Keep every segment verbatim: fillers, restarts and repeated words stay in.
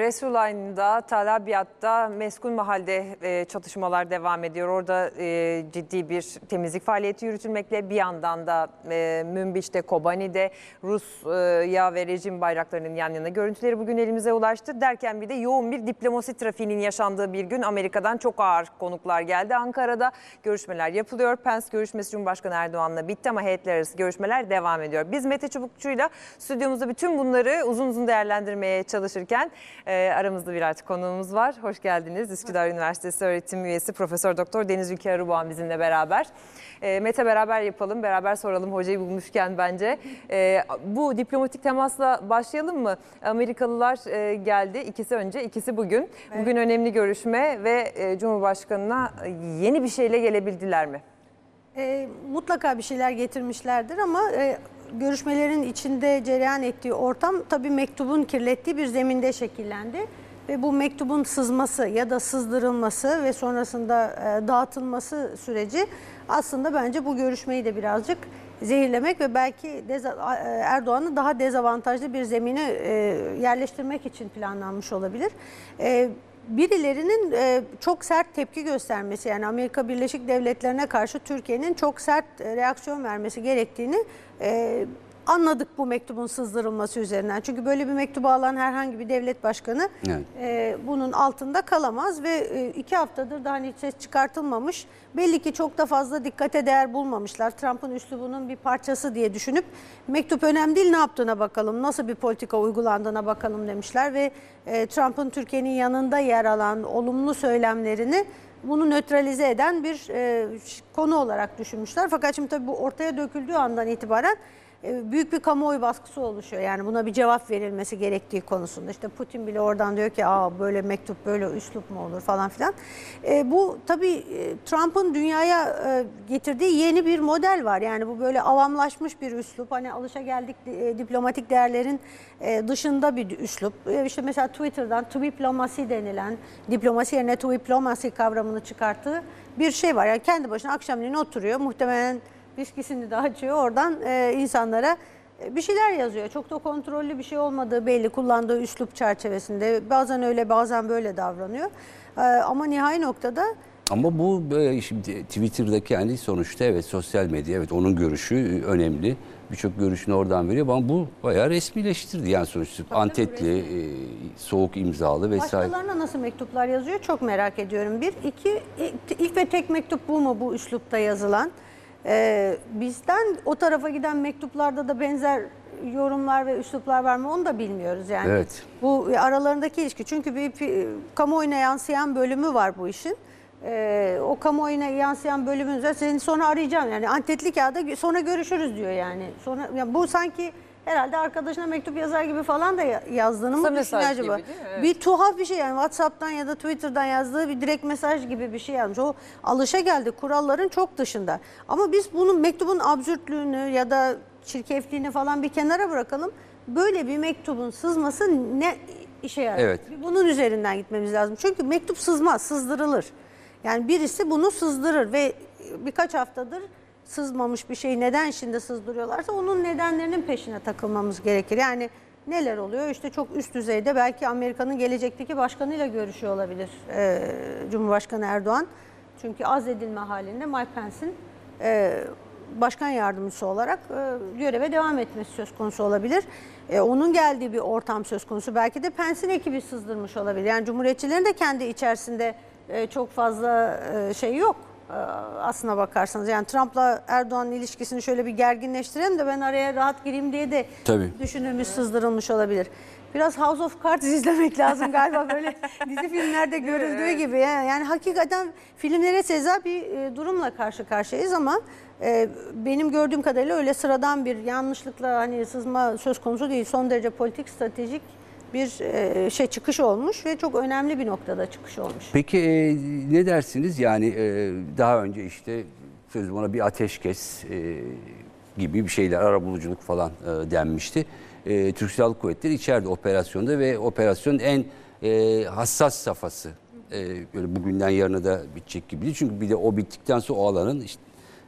Resulayn'da, Tel Abyad'da meskun mahalde e, çatışmalar devam ediyor. Orada e, ciddi bir temizlik faaliyeti yürütülmekle bir yandan da e, Münbiş'te, Kobani'de Rusya ve rejim bayraklarının yan yana görüntüleri bugün elimize ulaştı. Derken bir de yoğun bir diplomasi trafiğinin yaşandığı bir gün. Amerika'dan çok ağır konuklar geldi. Ankara'da görüşmeler yapılıyor. Pence görüşmesi Cumhurbaşkanı Erdoğan'la bitti ama heyetler arası görüşmeler devam ediyor. Biz Mete Çubukçu'yla stüdyomuzda bütün bunları uzun uzun değerlendirmeye çalışırken e, aramızda bir artık konuğumuz var. Hoş geldiniz. Üsküdar Üniversitesi öğretim üyesi Profesör Doktor Deniz Ülke Arıboğan bizimle beraber. E, Mete beraber yapalım, beraber soralım hocayı bulmuşken bence. E, bu diplomatik temasla başlayalım mı? Amerikalılar e, geldi. İkisi önce, ikisi bugün. Evet. Bugün önemli görüşme ve e, Cumhurbaşkanı'na yeni bir şeyle gelebildiler mi? E, mutlaka bir şeyler getirmişlerdir ama e, görüşmelerin içinde cereyan ettiği ortam tabii mektubun kirlettiği bir zeminde şekillendi. Ve bu mektubun sızması ya da sızdırılması ve sonrasında e, dağıtılması süreci aslında bence bu görüşmeyi de birazcık zehirlemek ve belki Erdoğan'ı daha dezavantajlı bir zemine e, yerleştirmek için planlanmış olabilir. E, Birilerinin e, çok sert tepki göstermesi, yani Amerika Birleşik Devletleri'ne karşı Türkiye'nin çok sert e, reaksiyon vermesi gerektiğini e, anladık bu mektubun sızdırılması üzerinden. Çünkü böyle bir mektubu alan herhangi bir devlet başkanı evet. e, bunun altında kalamaz ve e, iki haftadır da hani hiç ses çıkartılmamış. Belli ki çok da fazla dikkate değer bulmamışlar. Trump'ın üslubunun bir parçası diye düşünüp mektup önemli değil, ne yaptığına bakalım, nasıl bir politika uygulandığına bakalım demişler ve e, Trump'ın Türkiye'nin yanında yer alan olumlu söylemlerini bunu nötralize eden bir e, konu olarak düşünmüşler. Fakat şimdi tabii bu ortaya döküldüğü andan itibaren büyük bir kamuoyu baskısı oluşuyor. Yani buna bir cevap verilmesi gerektiği konusunda. İşte Putin bile oradan diyor ki aa böyle mektup, böyle üslup mu olur falan filan. E, bu tabii Trump'ın dünyaya e, getirdiği yeni bir model var. Yani bu böyle avamlaşmış bir üslup. Hani alışageldik e, diplomatik değerlerin e, dışında bir üslup. E, işte mesela Twitter'dan tweeplomasi denilen, diplomasi yerine tweeplomasi kavramını çıkarttığı bir şey var. Yani kendi başına akşamleyin oturuyor. Muhtemelen viskisini de açıyor. Oradan e, insanlara e, bir şeyler yazıyor. Çok da kontrollü bir şey olmadığı belli, kullandığı üslup çerçevesinde. Bazen öyle, bazen böyle davranıyor. E, ama nihai noktada... Ama bu şimdi Twitter'daki yani sonuçta evet sosyal medya, evet onun görüşü önemli. Birçok görüşünü oradan veriyor ama bu bayağı resmileştirdi. Yani sonuçta tabii antetli, e, soğuk imzalı vesaire. Başkalarına nasıl mektuplar yazıyor çok merak ediyorum. Bir, iki, ilk ve tek mektup bu mu, bu üslupta yazılan? Ee, bizden o tarafa giden mektuplarda da benzer yorumlar ve üsluplar var mı onu da bilmiyoruz yani. Evet. Bu aralarındaki ilişki, çünkü bir, bir kamuoyuna yansıyan bölümü var bu işin. Ee, o kamuoyuna yansıyan bölümün üzerine seni sonra arayacağım yani antetli kağıda sonra görüşürüz diyor yani. Sonra yani bu sanki herhalde arkadaşına mektup yazar gibi falan da yazdığını mı düşünüyor acaba? Gibi, evet. Bir tuhaf bir şey yani, WhatsApp'tan ya da Twitter'dan yazdığı bir direkt mesaj gibi bir şey yazmış. O alışageldi, kuralların çok dışında. Ama biz bunun mektubun absürtlüğünü ya da çirkefliğini falan bir kenara bırakalım. Böyle bir mektubun sızması ne işe yarar? Evet. Bunun üzerinden gitmemiz lazım. Çünkü mektup sızmaz, sızdırılır. Yani birisi bunu sızdırır ve birkaç haftadır sızmamış bir şeyi neden şimdi sızdırıyorlarsa onun nedenlerinin peşine takılmamız gerekir. Yani neler oluyor? İşte çok üst düzeyde belki Amerika'nın gelecekteki başkanıyla görüşüyor olabilir e, Cumhurbaşkanı Erdoğan. Çünkü azledilme halinde Mike Pence'in e, başkan yardımcısı olarak e, göreve devam etmesi söz konusu olabilir. E, onun geldiği bir ortam söz konusu. Belki de Pence'in ekibi sızdırmış olabilir. Yani Cumhuriyetçilerin de kendi içerisinde e, çok fazla e, şey yok. Aslına bakarsanız yani Trump'la Erdoğan'ın ilişkisini şöyle bir gerginleştirelim de ben araya rahat gireyim diye de Tabii. düşünülmüş, sızdırılmış olabilir. Biraz House of Cards izlemek lazım galiba, böyle dizi filmlerde görüldüğü evet. gibi. Yani, yani hakikaten filmlere seza bir durumla karşı karşıyayız ama e, benim gördüğüm kadarıyla öyle sıradan bir yanlışlıkla hani sızma söz konusu değil. Son derece politik, stratejik bir şey çıkış olmuş ve çok önemli bir noktada çıkış olmuş. Peki e, ne dersiniz? Yani e, daha önce işte sözüm ona bir ateşkes e, gibi bir şeyler, arabuluculuk falan e, denmişti. E, Türk Silahlı Kuvvetleri içeride operasyonda ve operasyonun en e, hassas safhası. E, böyle bugünden yarına da bitecek gibi değil. Çünkü bir de o bittikten sonra o alanın işte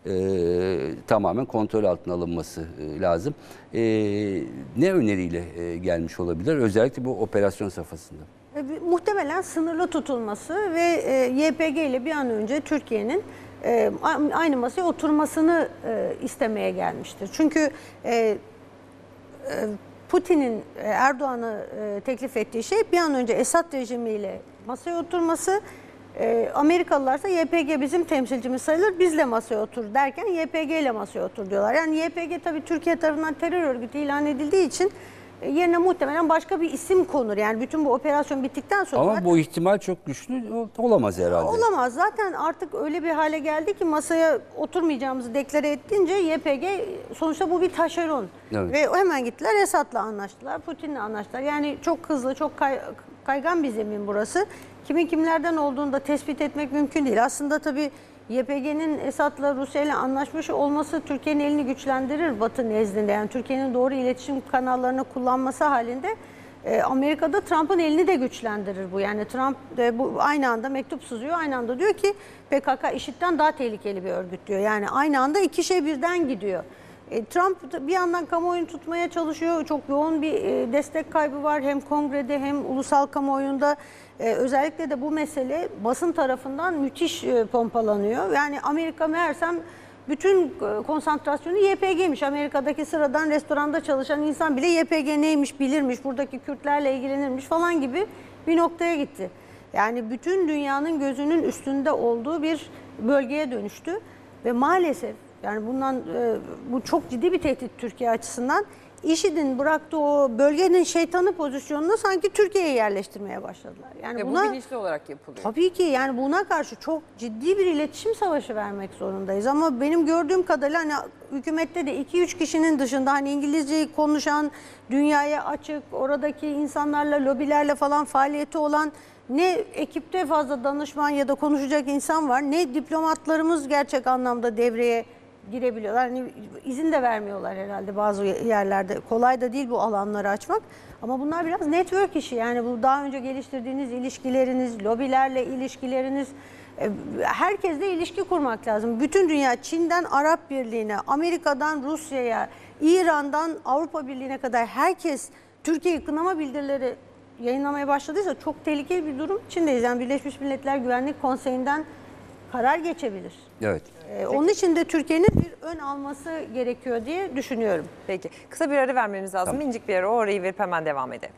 e, tamamen kontrol altına alınması e, lazım. E, ne öneriyle e, gelmiş olabilir? Özellikle bu operasyon safhasında. E, muhtemelen sınırlı tutulması ve e, Y P G ile bir an önce Türkiye'nin e, aynı masaya oturmasını e, istemeye gelmiştir. Çünkü e, e, Putin'in Erdoğan'a e, teklif ettiği şey bir an önce Esad rejimiyle masaya oturması. E, Amerikalılarsa Y P G bizim temsilcimiz sayılır, bizle masaya otur derken Y P G ile masaya otur diyorlar. Yani Y P G tabii Türkiye tarafından terör örgütü ilan edildiği için e, yerine muhtemelen başka bir isim konur. Yani bütün bu operasyon bittikten sonra... Ama zaten, bu ihtimal çok güçlü olamaz herhalde. Olamaz. Zaten artık öyle bir hale geldi ki masaya oturmayacağımızı deklare ettiğince Y P G sonuçta bu bir taşeron. Evet. Ve hemen gittiler Esad'la anlaştılar, Putin'le anlaştılar. Yani çok hızlı, çok kay, kaygan bir zemin burası. Kimin kimlerden olduğunu da tespit etmek mümkün değil. Aslında tabii Y P G'nin Esad'la Rusya ile anlaşmış olması Türkiye'nin elini güçlendirir Batı nezdinde. Yani Türkiye'nin doğru iletişim kanallarını kullanması halinde e, Amerika'da Trump'ın elini de güçlendirir bu. Yani Trump de bu aynı anda mektup sızıyor. Aynı anda diyor ki P K K IŞİD'den daha tehlikeli bir örgüt diyor. Yani aynı anda iki şey birden gidiyor. E, Trump bir yandan kamuoyunu tutmaya çalışıyor. Çok yoğun bir e, destek kaybı var hem kongrede hem ulusal kamuoyunda. E, özellikle de bu mesele basın tarafından müthiş e, pompalanıyor. Yani Amerika meğersem bütün e, konsantrasyonu Y P G'miş. Amerika'daki sıradan restoranda çalışan insan bile Y P G neymiş bilirmiş, buradaki Kürtlerle ilgilenirmiş falan gibi bir noktaya gitti. Yani bütün dünyanın gözünün üstünde olduğu bir bölgeye dönüştü ve maalesef yani bundan e, bu çok ciddi bir tehdit Türkiye açısından. IŞİD'in bıraktığı o bölgenin şeytanı pozisyonunu sanki Türkiye'ye yerleştirmeye başladılar. Yani Ve buna, bu bilinçli olarak yapılıyor. tabii ki yani buna karşı çok ciddi bir iletişim savaşı vermek zorundayız. Ama benim gördüğüm kadarıyla hani hükümette de iki üç kişinin dışında hani İngilizceyi konuşan, dünyaya açık, oradaki insanlarla, lobilerle falan faaliyeti olan ne ekipte fazla danışman ya da konuşacak insan var, ne diplomatlarımız gerçek anlamda devreye girebiliyorlar. Hani izin de vermiyorlar herhalde bazı yerlerde. Kolay da değil bu alanları açmak. Ama bunlar biraz network işi. Yani bu daha önce geliştirdiğiniz ilişkileriniz, lobilerle ilişkileriniz, herkesle ilişki kurmak lazım. Bütün dünya Çin'den Arap Birliği'ne, Amerika'dan Rusya'ya, İran'dan Avrupa Birliği'ne kadar herkes Türkiye'yi kınama bildirileri yayınlamaya başladıysa çok tehlikeli bir durum içindeyiz. Yani Birleşmiş Milletler Güvenlik Konseyi'nden karar geçebilir. Evet. Ee, onun için de Türkiye'nin bir ön alması gerekiyor diye düşünüyorum. Peki. Kısa bir ara vermemiz lazım. Tamam. İncik bir ara, o arayı verip hemen devam edelim.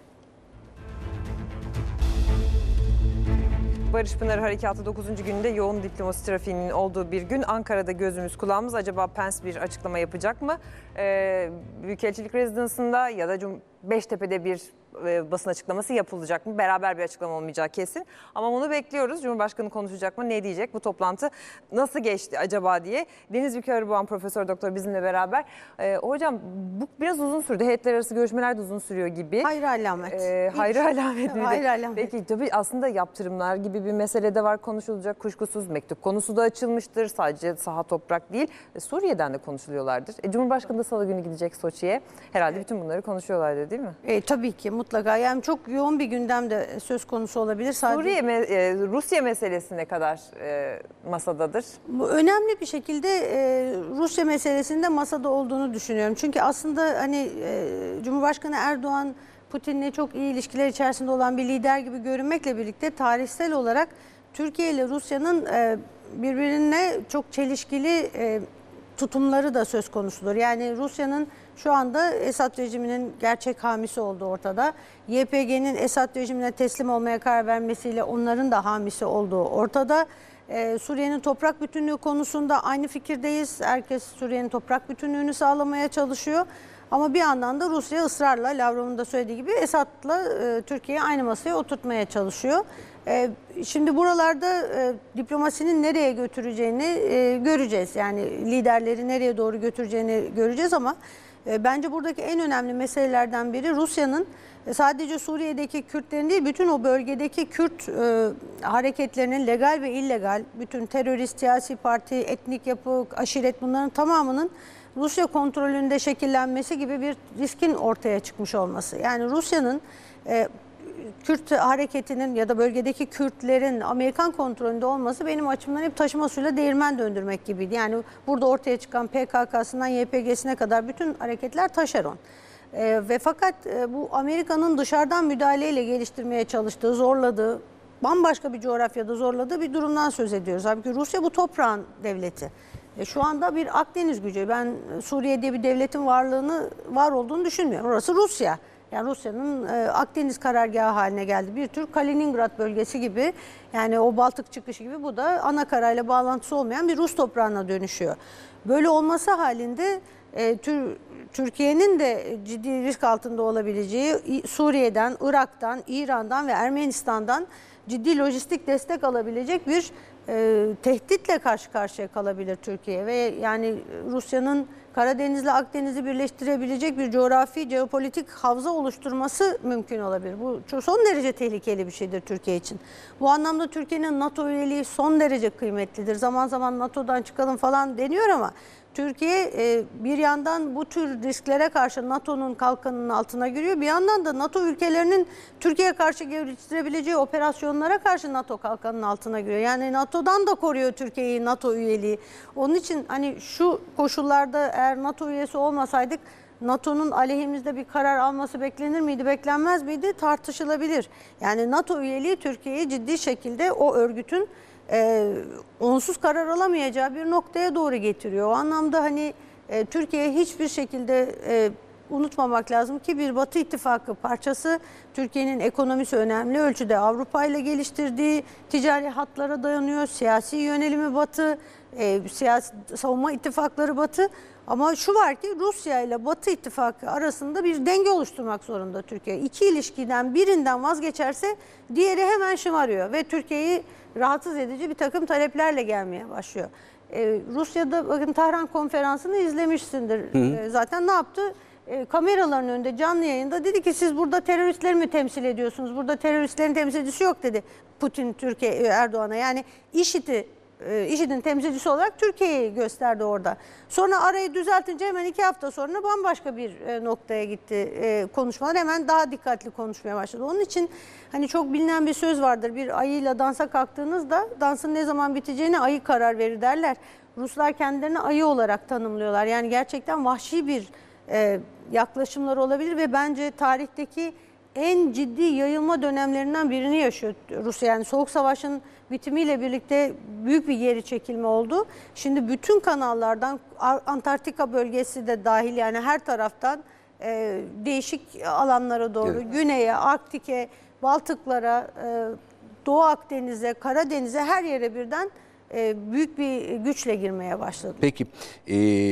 Barış Pınarı Harekatı dokuzuncu gününde yoğun diplomasi trafiğinin olduğu bir gün. Ankara'da gözümüz kulağımız. Acaba Pence bir açıklama yapacak mı? Ee, Büyükelçilik Rezidansı'nda ya da Beştepe'de bir e, basın açıklaması yapılacak mı? Beraber bir açıklama olmayacağı kesin. Ama onu bekliyoruz. Cumhurbaşkanı konuşacak mı? Ne diyecek? Bu toplantı nasıl geçti acaba diye. Deniz Ülke Arıboğan Profesör Doktor bizimle beraber. Ee, hocam bu biraz uzun sürdü. Heyetler arası görüşmeler de uzun sürüyor gibi. Hayır alamet. Ee, hayır alamet mi? Hayır alamet. Peki tabii aslında yaptırımlar gibi bir mesele de var, konuşulacak. Kuşkusuz mektup konusu da açılmıştır. Sadece saha toprak değil. E, Suriye'den de konuşuluyorlardır. E, Cumhurbaşkanı da salı günü gidecek Soçi'ye. Herhalde bütün bunları konuşuyorlardı değil mi? E, tabii ki mutlaka. Yani çok yoğun bir gündem de söz konusu olabilir. Sadece... Suriye, e, Rusya meselesi ne kadar e, masadadır? Bu önemli bir şekilde e, Rusya meselesinde masada olduğunu düşünüyorum. Çünkü aslında hani e, Cumhurbaşkanı Erdoğan Putin'le çok iyi ilişkiler içerisinde olan bir lider gibi görünmekle birlikte tarihsel olarak Türkiye ile Rusya'nın e, birbirine çok çelişkili e, tutumları da söz konusudur. Yani Rusya'nın şu anda Esad rejiminin gerçek hamisi olduğu ortada. Y P G'nin Esad rejimine teslim olmaya karar vermesiyle onların da hamisi olduğu ortada. Ee, Suriye'nin toprak bütünlüğü konusunda aynı fikirdeyiz. Herkes Suriye'nin toprak bütünlüğünü sağlamaya çalışıyor. Ama bir yandan da Rusya ısrarla, Lavrov'un da söylediği gibi Esad'la e, Türkiye'yi aynı masaya oturtmaya çalışıyor. E, şimdi buralarda e, diplomasinin nereye götüreceğini e, göreceğiz. Yani liderleri nereye doğru götüreceğini göreceğiz ama e, bence buradaki en önemli meselelerden biri Rusya'nın e, sadece Suriye'deki Kürtlerin değil, bütün o bölgedeki Kürt e, hareketlerinin legal ve illegal, bütün terörist, siyasi parti, etnik yapı, aşiret bunların tamamının Rusya kontrolünde şekillenmesi gibi bir riskin ortaya çıkmış olması. Yani Rusya'nın e, Kürt hareketinin ya da bölgedeki Kürtlerin Amerikan kontrolünde olması benim açımdan hep taşıma suyla değirmen döndürmek gibiydi. Yani burada ortaya çıkan P K K'sından Y P G'sine kadar bütün hareketler taşeron. E, ve fakat e, bu Amerika'nın dışarıdan müdahaleyle geliştirmeye çalıştığı, zorladığı, bambaşka bir coğrafyada zorladığı bir durumdan söz ediyoruz. Halbuki Rusya bu toprağın devleti. E, şu anda bir Akdeniz gücü. Ben Suriye diye bir devletin varlığını, var olduğunu düşünmüyorum. Orası Rusya. Yani Rusya'nın e, Akdeniz karargahı haline geldi. Bir tür Kaliningrad bölgesi gibi, yani o Baltık çıkışı gibi, bu da ana karayla bağlantısı olmayan bir Rus toprağına dönüşüyor. Böyle olması halinde e, tür, Türkiye'nin de ciddi risk altında olabileceği, Suriye'den, Irak'tan, İran'dan ve Ermenistan'dan ciddi lojistik destek alabilecek bir e, tehditle karşı karşıya kalabilir Türkiye. Ve yani Rusya'nın Karadeniz'le Akdeniz'i birleştirebilecek bir coğrafi, jeopolitik havza oluşturması mümkün olabilir. Bu son derece tehlikeli bir şeydir Türkiye için. Bu anlamda Türkiye'nin NATO üyeliği son derece kıymetlidir. Zaman zaman NATO'dan çıkalım falan deniyor ama Türkiye bir yandan bu tür risklere karşı NATO'nun kalkanının altına giriyor. Bir yandan da NATO ülkelerinin Türkiye'ye karşı geliştirebileceği operasyonlara karşı NATO kalkanının altına giriyor. Yani NATO'dan da koruyor Türkiye'yi NATO üyeliği. Onun için hani şu koşullarda eğer NATO üyesi olmasaydık NATO'nun aleyhimizde bir karar alması beklenir miydi, beklenmez miydi tartışılabilir. Yani NATO üyeliği Türkiye'yi ciddi şekilde o örgütün e, onsuz karar alamayacağı bir noktaya doğru getiriyor. O anlamda hani e, Türkiye hiçbir şekilde e, unutmamak lazım ki bir Batı ittifakı parçası. Türkiye'nin ekonomisi önemli ölçüde Avrupa ile geliştirdiği ticari hatlara dayanıyor. Siyasi yönelimi Batı, e, siyasi savunma ittifakları Batı. Ama şu var ki Rusya ile Batı ittifakı arasında bir denge oluşturmak zorunda Türkiye. İki ilişkiden birinden vazgeçerse diğeri hemen şımarıyor ve Türkiye'yi rahatsız edici bir takım taleplerle gelmeye başlıyor. Ee, Rusya'da bakın Tahran konferansını izlemişsindir. Ee, zaten ne yaptı? Ee, kameraların önünde canlı yayında dedi ki siz burada teröristleri mi temsil ediyorsunuz? Burada teröristlerin temsilcisi yok dedi Putin Türkiye Erdoğan'a. Yani IŞİD'i IŞİD'in temsilcisi olarak Türkiye'yi gösterdi orada. Sonra arayı düzeltince hemen iki hafta sonra bambaşka bir noktaya gitti konuşmalar. Hemen daha dikkatli konuşmaya başladı. Onun için hani çok bilinen bir söz vardır. Bir ayıyla dansa kalktığınızda dansın ne zaman biteceğine ayı karar verir derler. Ruslar kendilerini ayı olarak tanımlıyorlar. Yani gerçekten vahşi bir yaklaşımlar olabilir ve bence tarihteki en ciddi yayılma dönemlerinden birini yaşıyor Rusya. Yani Soğuk Savaş'ın bitimiyle birlikte büyük bir geri çekilme oldu. Şimdi bütün kanallardan, Antarktika bölgesi de dahil, yani her taraftan e, değişik alanlara doğru, evet, güneye, Arktik'e, Baltıklara, e, Doğu Akdeniz'e, Karadeniz'e, her yere birden e, büyük bir güçle girmeye başladı. Peki, e,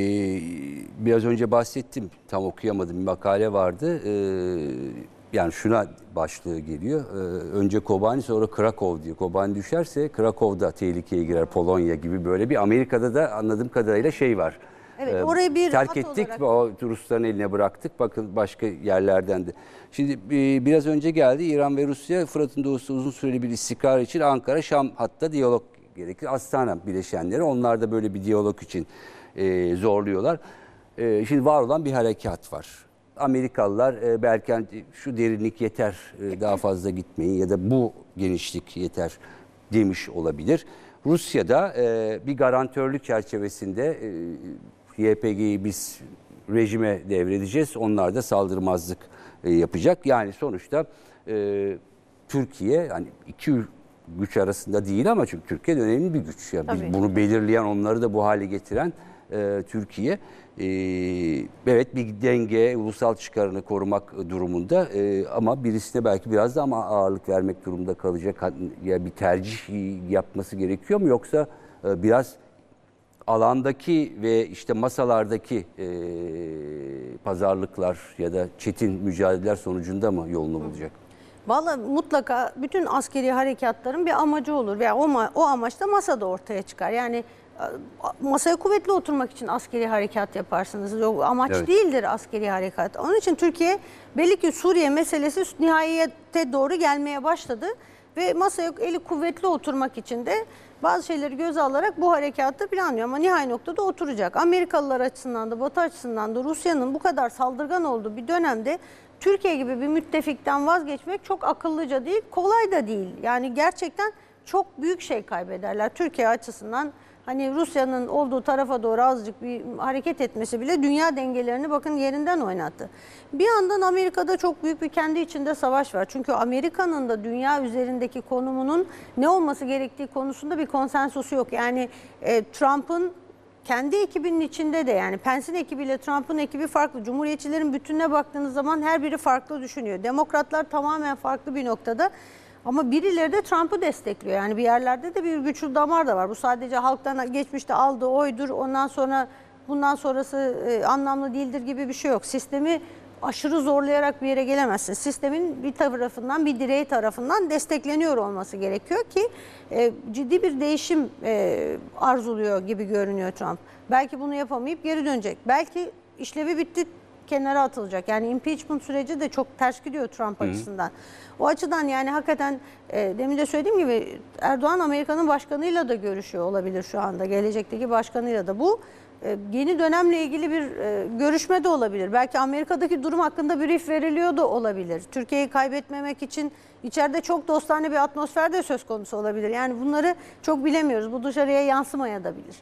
biraz önce bahsettim, tam okuyamadım, bir makale vardı. E, Yani şuna başlığı geliyor. Ee, önce Kobani, sonra Krakow diyor. Kobani düşerse Krakow'da tehlikeye girer, Polonya gibi, böyle bir. Amerika'da da anladığım kadarıyla şey var. Evet, ee, orayı bir terk ettik ve o Rusların eline bıraktık. Bakın başka yerlerden de. Şimdi e, biraz önce geldi İran ve Rusya Fırat'ın doğusunda uzun süreli bir istikrar için Ankara, Şam hatta diyalog gerekir. Astana bileşenleri, onlar da böyle bir diyalog için e, zorluyorlar. E, şimdi var olan bir harekat var. Amerikalılar e, belki şu derinlik yeter, e, daha fazla gitmeyin ya da bu genişlik yeter demiş olabilir. Rusya'da e, bir garantörlük çerçevesinde e, Y P G'yi biz rejime devredeceğiz, onlar da saldırmazlık e, yapacak. Yani sonuçta e, Türkiye, hani iki güç arasında değil ama çünkü Türkiye önemli bir güç. Yani bunu belirleyen, onları da bu hale getiren e, Türkiye. Ee, evet, bir denge, ulusal çıkarını korumak durumunda ee, ama birisine belki biraz da ama ağırlık vermek durumunda kalacak, ya bir tercih yapması gerekiyor mu, yoksa e, biraz alandaki ve işte masalardaki e, pazarlıklar ya da çetin mücadeleler sonucunda mı yolunu bulacak? Vallahi mutlaka bütün askeri harekatların bir amacı olur veya o, o amaç da masada ortaya çıkar. Yani masaya kuvvetli oturmak için askeri harekat yaparsınız. O amaç, evet, değildir askeri harekat. Onun için Türkiye belli ki Suriye meselesi nihayete doğru gelmeye başladı ve masaya eli kuvvetli oturmak için de bazı şeyleri göze alarak bu harekatı planlıyor ama nihai noktada oturacak. Amerikalılar açısından da Batı açısından da Rusya'nın bu kadar saldırgan olduğu bir dönemde Türkiye gibi bir müttefikten vazgeçmek çok akıllıca değil, kolay da değil. Yani gerçekten çok büyük şey kaybederler. Türkiye açısından hani Rusya'nın olduğu tarafa doğru azıcık bir hareket etmesi bile dünya dengelerini bakın yerinden oynattı. Bir yandan Amerika'da çok büyük bir kendi içinde savaş var. Çünkü Amerika'nın da dünya üzerindeki konumunun ne olması gerektiği konusunda bir konsensusu yok. Yani e, Trump'ın kendi ekibinin içinde de, yani Pence'in ekibiyle Trump'ın ekibi farklı. Cumhuriyetçilerin bütününe baktığınız zaman her biri farklı düşünüyor. Demokratlar tamamen farklı bir noktada. Ama birileri de Trump'ı destekliyor. Yani bir yerlerde de bir güçlü damar da var. Bu sadece halktan geçmişte aldığı oydur. Ondan sonra bundan sonrası e, anlamlı değildir gibi bir şey yok. Sistemi aşırı zorlayarak bir yere gelemezsin. Sistemin bir tarafından, bir direği tarafından destekleniyor olması gerekiyor ki e, ciddi bir değişim e, arzuluyor gibi görünüyor Trump. Belki bunu yapamayıp geri dönecek. Belki işlevi bitti, kenara atılacak. Yani impeachment süreci de çok ters gidiyor Trump Hı. açısından. O açıdan yani hakikaten e, demin de söylediğim gibi Erdoğan Amerika'nın başkanıyla da görüşüyor olabilir şu anda. Gelecekteki başkanıyla da. Bu e, yeni dönemle ilgili bir e, görüşme de olabilir. Belki Amerika'daki durum hakkında brief veriliyor da olabilir. Türkiye'yi kaybetmemek için içeride çok dostane bir atmosfer de söz konusu olabilir. Yani bunları çok bilemiyoruz. Bu dışarıya yansımayabilir.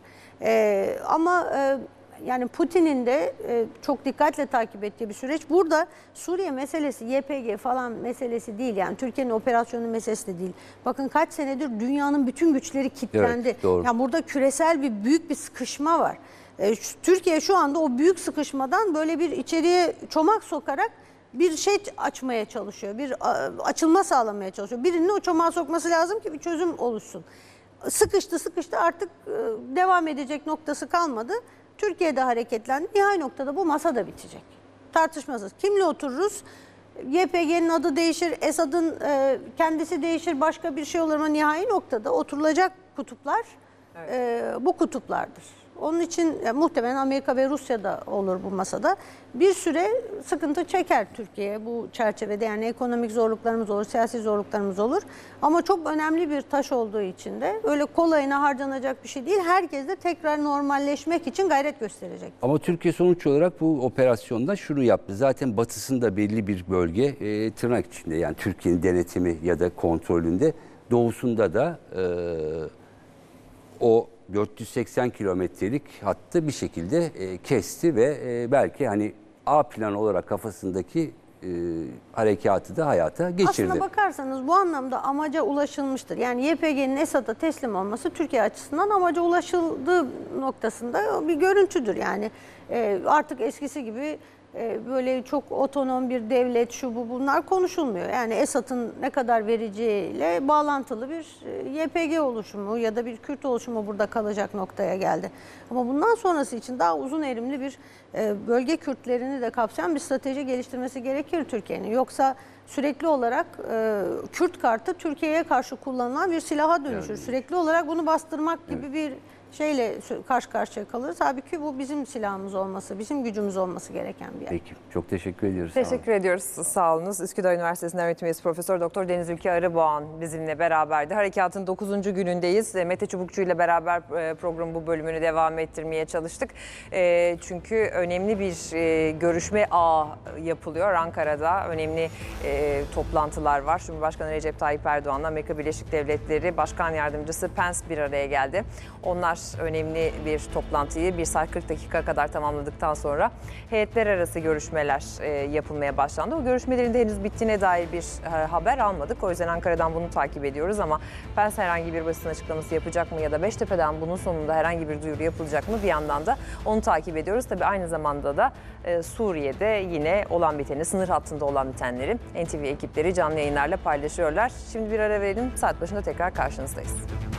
E, ama e, yani Putin'in de e, çok dikkatle takip ettiği bir süreç. Burada Suriye meselesi, Y P G falan meselesi değil. Yani Türkiye'nin operasyonu meselesi de değil. Bakın kaç senedir dünyanın bütün güçleri kilitlendi. Evet, doğru. Yani burada küresel bir büyük bir sıkışma var. E, şu, Türkiye şu anda o büyük sıkışmadan böyle bir içeriye çomak sokarak bir şey açmaya çalışıyor. Bir a, açılma sağlamaya çalışıyor. Birinin o çomağı sokması lazım ki bir çözüm oluşsun. Sıkıştı sıkıştı artık e, devam edecek noktası kalmadı. Türkiye'de hareketlendi. Nihai noktada bu masa da bitecek. Tartışmasız. Kimle otururuz? Y P G'nin adı değişir, Esad'ın e, kendisi değişir, başka bir şey olur ama nihai noktada oturulacak kutuplar evet. e, bu kutuplardır. Onun için e, muhtemelen Amerika ve Rusya da olur bu masada. Bir süre sıkıntı çeker Türkiye bu çerçevede. Yani ekonomik zorluklarımız olur, siyasi zorluklarımız olur. Ama çok önemli bir taş olduğu için de öyle kolayına harcanacak bir şey değil. Herkes de tekrar normalleşmek için gayret gösterecek. Ama Türkiye sonuç olarak bu operasyonda şunu yaptı. Zaten batısında belli bir bölge e, tırnak içinde, yani Türkiye'nin denetimi ya da kontrolünde, doğusunda da e, o dört yüz seksen kilometrelik hattı bir şekilde e, kesti ve e, belki hani A plan olarak kafasındaki e, harekatı da hayata geçirdi. Aslına bakarsanız bu anlamda amaca ulaşılmıştır. Yani Y P G'nin Esad'a teslim olması Türkiye açısından amaca ulaşıldığı noktasında bir görüntüdür. Yani e, artık eskisi gibi e, böyle çok otonom bir devlet, şu bu bunlar konuşulmuyor. Yani Esad'ın ne kadar vereceğiyle bağlantılı bir e, Y P G oluşumu ya da bir Kürt oluşumu burada kalacak noktaya geldi. Ama bundan sonrası için daha uzun erimli bir e, bölge Kürtlerini de kapsayan bir strateji geliştirmesi gerekir Türkiye'nin. Yoksa sürekli olarak e, Kürt kartı Türkiye'ye karşı kullanılan bir silaha dönüşür. Yani. Sürekli olarak bunu bastırmak gibi evet. bir şeyle karşı karşıya kalırız. Halbuki bu bizim silahımız olması, bizim gücümüz olması gereken bir yer. Peki. Çok teşekkür ediyoruz. Teşekkür ediyoruz. Sağ olunuz. Üsküdar Üniversitesi'nin öğretim üyesi Profesör Doktor Deniz Ülke Arıboğan bizimle beraberdi. Harekatın dokuzuncu günündeyiz. Mete Çubukçu ile beraber programın bu bölümünü devam ettirmeye çalıştık. Çünkü önemli bir görüşme ağı yapılıyor Ankara'da. Önemli toplantılar var. Cumhurbaşkanı Recep Tayyip Erdoğan'la Amerika Birleşik Devletleri Başkan Yardımcısı Pence bir araya geldi. Onlar önemli bir toplantıyı bir saat kırk dakika kadar tamamladıktan sonra heyetler arası görüşmeler e, yapılmaya başlandı. O görüşmelerin de henüz bittiğine dair bir e, haber almadık. O yüzden Ankara'dan bunu takip ediyoruz ama Pence herhangi bir basın açıklaması yapacak mı ya da Beştepe'den bunun sonunda herhangi bir duyuru yapılacak mı, bir yandan da onu takip ediyoruz. Tabii aynı zamanda da e, Suriye'de yine olan biteni, sınır hattında olan bitenleri N T V ekipleri canlı yayınlarla paylaşıyorlar. Şimdi bir ara verelim, saat başında tekrar karşınızdayız.